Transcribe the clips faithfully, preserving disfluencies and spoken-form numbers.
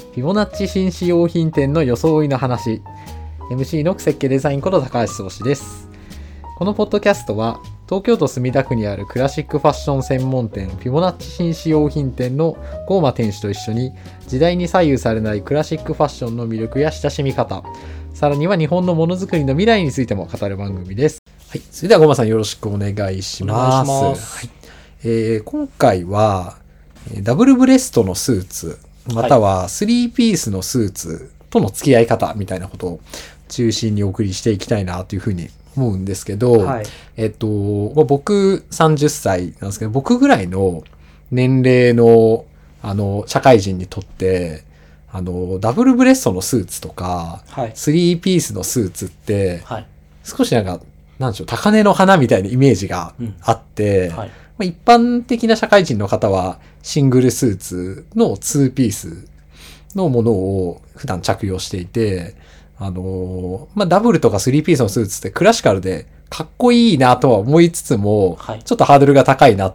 フィボナッチ紳士用品店の装いの話。 エムシー の設計デザインこと高橋壮志です。このポッドキャストは東京都墨田区にあるクラシックファッション専門店フィボナッチ紳士用品店のゴーマ店主と一緒に時代に左右されないクラシックファッションの魅力や親しみ方、さらには日本のものづくりの未来についても語る番組です。はい、それではゴーマさんよろしくお願いします。 お願いします。 はい、えー、今回はダブルブレストのスーツまたはスリーピースのスーツとの付き合い方みたいなことを中心にお送りしていきたいなというふうに思うんですけど、はい、えっと、僕さんじゅっさいなんですけど、僕ぐらいの年齢のあの社会人にとってあのダブルブレストのスーツとか、はい、スリーピースのスーツって、はい、少しなんかなんでしょう、高嶺の花みたいなイメージがあって、うん、はい、まあ、一般的な社会人の方はシングルスーツのツーピースのものを普段着用していて、あのー、まあ、ダブルとかスリーピースのスーツってクラシカルでかっこいいなとは思いつつも、はい、ちょっとハードルが高いなって、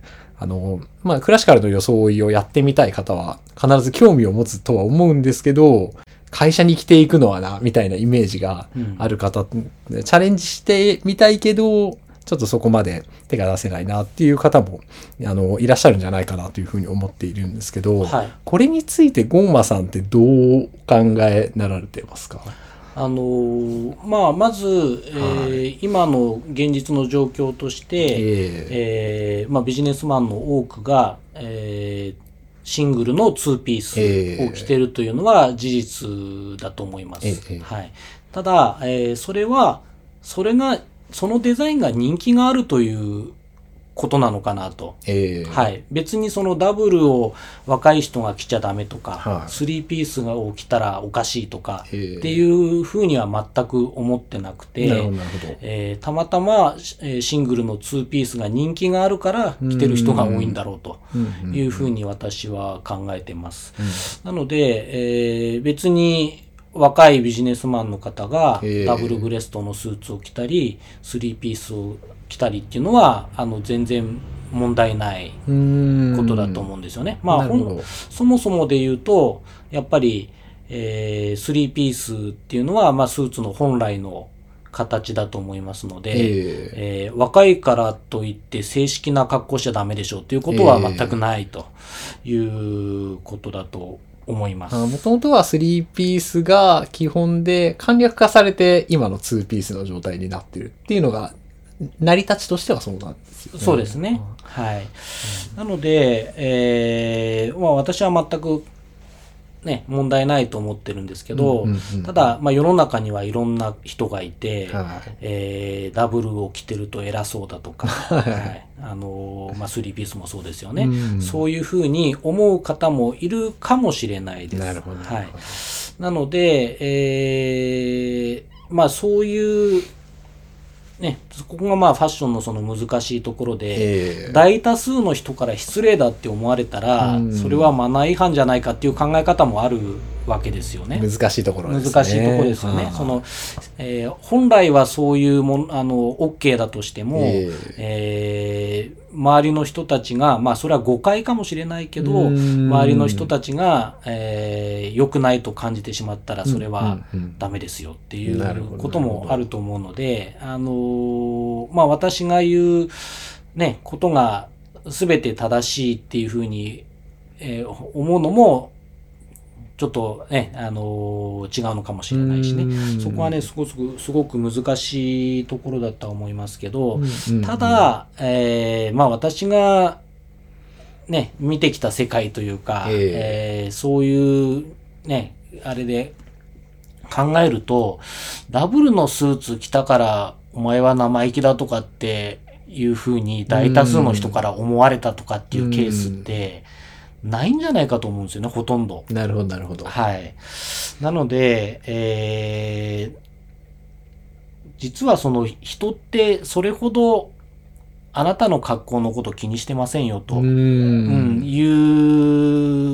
あのー、まあ、クラシカルの装いをやってみたい方は必ず興味を持つとは思うんですけど、会社に着ていくのはな、みたいなイメージがある方、うん、チャレンジしてみたいけど、ちょっとそこまで手が出せないなっていう方もあのいらっしゃるんじゃないかなというふうに思っているんですけど、はい、これについてゴーマさんってどう考えなられてますか？ あのーまあ、まず、えーはい、今の現実の状況として、えーえーまあ、ビジネスマンの多くが、えー、シングルのツーピースを着ているというのは事実だと思います。えーはい、ただ、えー、それはそれがそのデザインが人気があるということなのかなと、えーはい、別にそのダブルを若い人が着ちゃダメとか、はい、スリーピースを着たらおかしいとか、えー、っていうふうには全く思ってなくて、なるほどなるほど、えー、たまたまシングルのツーピースが人気があるから着てる人が多いんだろうというふうに私は考えてます。うん、なので、えー、別に若いビジネスマンの方がダブルブレストのスーツを着たりスリーピースを着たりっていうのはあの全然問題ないことだと思うんですよね。まあ、そもそもで言うとやっぱり、えー、スリーピースっていうのは、まあ、スーツの本来の形だと思いますので、えーえー、若いからといって正式な格好しちゃダメでしょうっていうことは全くないということだと思います。思います。 もともとはスリーピースが基本で簡略化されて今のツーピースの状態になってるっていうのが成り立ちとしてはそうなんですよね。 そうですね。はい。うん、なので、えーまあ、私は全くね、問題ないと思ってるんですけど、うんうんうん、ただ、まあ、世の中にはいろんな人がいて、はい、えー、ダブルを着てると偉そうだとか、はいあのまあ、スリーピースもそうですよね、うん、そういうふうに思う方もいるかもしれないです。 なるほど、 はい、なので、えーまあ、そういうね、ここがまあファッションのその難しいところで、えー、大多数の人から失礼だって思われたら、うん、それはマナー違反じゃないかっていう考え方もあるわけですよね。 難しいところですね。 難しいところですよね。その、えー、本来はそういうもあの OK だとしても、えーえー、周りの人たちが、まあそれは誤解かもしれないけど、周りの人たちが、えー、良くないと感じてしまったらそれはダメですよっていうこともあると思うので、あのまあ私が言うねことが全て正しいっていうふうに、えー、思うのもちょっとね、あのー、違うのかもしれないしね。そこはね、すごく、すごく難しいところだとは思いますけど、うんうんうん、ただ、えー、まあ私がね、見てきた世界というか、えーえー、そういうね、あれで考えると、ダブルのスーツ着たからお前は生意気だとかっていうふうに大多数の人から思われたとかっていうケースって、ないんじゃないかと思うんですよね、ほとんど。 なるほど、なるほど。 はい。なので、えー、実はその人ってそれほどあなたの格好のこと気にしてませんよと、うん、うん、いう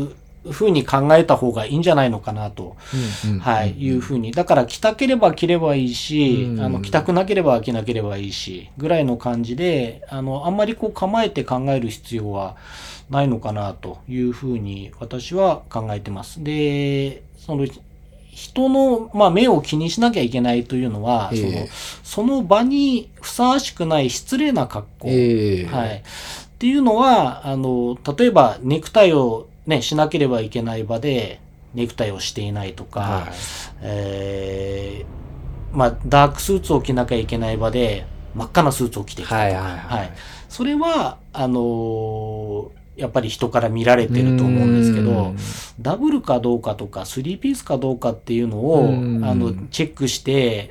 ふうに考えた方がいいんじゃないのかなと、 うんうんうん、 はい、いうふうに。だから着たければ着ればいいし、 うん、 あの着たくなければ着なければいいし、ぐらいの感じで、あの、あんまりこう構えて考える必要はないのかなというふうに私は考えてます。で、その、人の、まあ、目を気にしなきゃいけないというのは、 えー、 その、その場にふさわしくない失礼な格好。 えー、 はい。っていうのは、あの、例えばネクタイをね、しなければいけない場で、ネクタイをしていないとか、はい、えー、まあ、ダークスーツを着なきゃいけない場で、真っ赤なスーツを着てきたとか、はいはいはいはい、それは、あのー、やっぱり人から見られてると思うんですけど、ダブルかどうかとか、スリーピースかどうかっていうのを、あの、チェックして、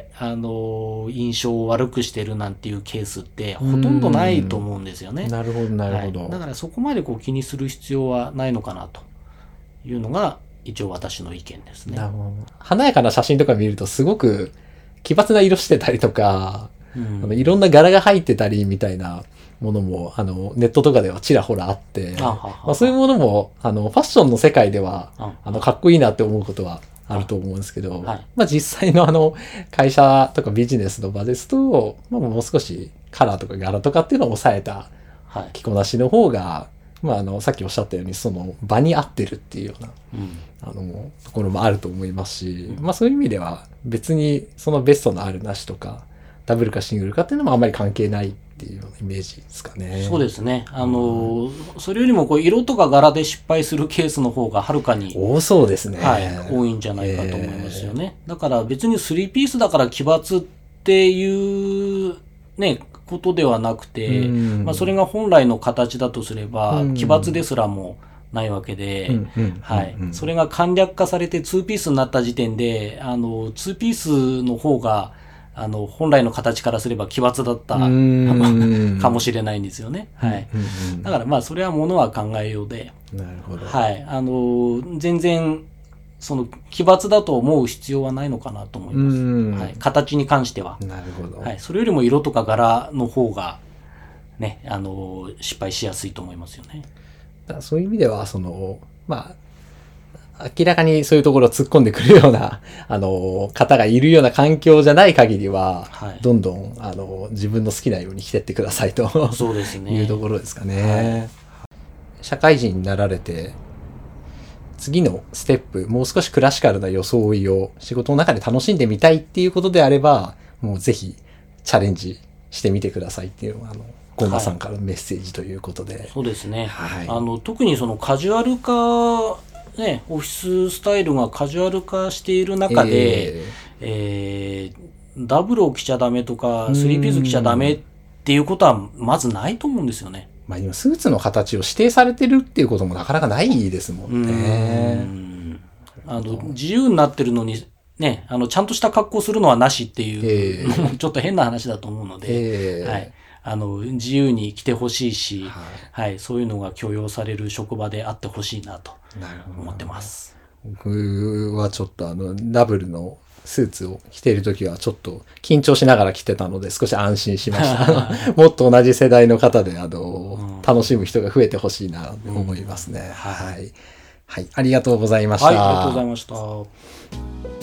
あの、印象を悪くしてるなんていうケースってほとんどないと思うんですよね。 なるほど、なるほど、 はい。だからそこまでこう気にする必要はないのかなというのが、一応私の意見ですね。 なるほど。華やかな写真とか見るとすごく奇抜な色してたりとか、うん、あのいろんな柄が入ってたりみたいなものもあのネットとかではちらほらあって、あははまあ、そういうものもあのファッションの世界ではああのかっこいいなって思うことはあると思うんですけど、はい、まあ実際のあの会社とかビジネスの場ですと、まあ、もう少しカラーとか柄とかっていうのを抑えた着こなしの方が、まあ、あのさっきおっしゃったようにその場に合ってるっていうような、うん、あのところもあると思いますし、うん、まあそういう意味では別にそのベストのあるなしとかダブルかシングルかっていうのもあんまり関係ないっていうようなイメージですかね。 そうですね。あの、うん、それよりもこう色とか柄で失敗するケースの方がはるかに多そうですね。 はい、多いんじゃないかと思いますよね。えー、だから別にスリーピースだから奇抜っていうねことではなくて、うん、まあそれが本来の形だとすれば、うん、奇抜ですらもないわけで、はい、それが簡略化されてツーピースになった時点で、あのツーピースの方があの本来の形からすれば奇抜だったかもしれないんですよね。はい。だからまあそれはものは考えようで、 なるほど。 はい。あの全然その奇抜だと思う必要はないのかなと思います。はい。形に関しては。 なるほど。 はい。それよりも色とか柄の方がね、あの失敗しやすいと思いますよね。 だからそういう意味ではそのまあ。明らかにそういうところを突っ込んでくるような、あの、方がいるような環境じゃない限りは、はい、どんどん、あの、自分の好きなように着てってくださいと。 そうですね。 いうところですかね。はい、社会人になられて、次のステップ、もう少しクラシカルな装いを仕事の中で楽しんでみたいっていうことであれば、もうぜひチャレンジしてみてくださいっていうのが、あの、ゴンマさんからのメッセージということで。はい、 そうですね。はい、あの、特にそのカジュアル化、ね、オフィススタイルがカジュアル化している中で、えーえー、ダブルを着ちゃダメとか、スリーピース着ちゃダメっていうことはまずないと思うんですよね。 まあ今、スーツの形を指定されてるっていうこともなかなかないですもんね。 うんあの自由になってるのに、ね、あのちゃんとした格好するのはなしっていうのも、えー、ちょっと変な話だと思うので、えーはいあの自由に着てほしいし、はいはい、そういうのが許容される職場であってほしいなと思ってます。 僕はちょっとあのダブルのスーツを着ているときはちょっと緊張しながら着てたので少し安心しましたもっと同じ世代の方であの、うん、楽しむ人が増えてほしいなと思いますね、うん、はい、はい、ありがとうございました。 はい、ありがとうございました。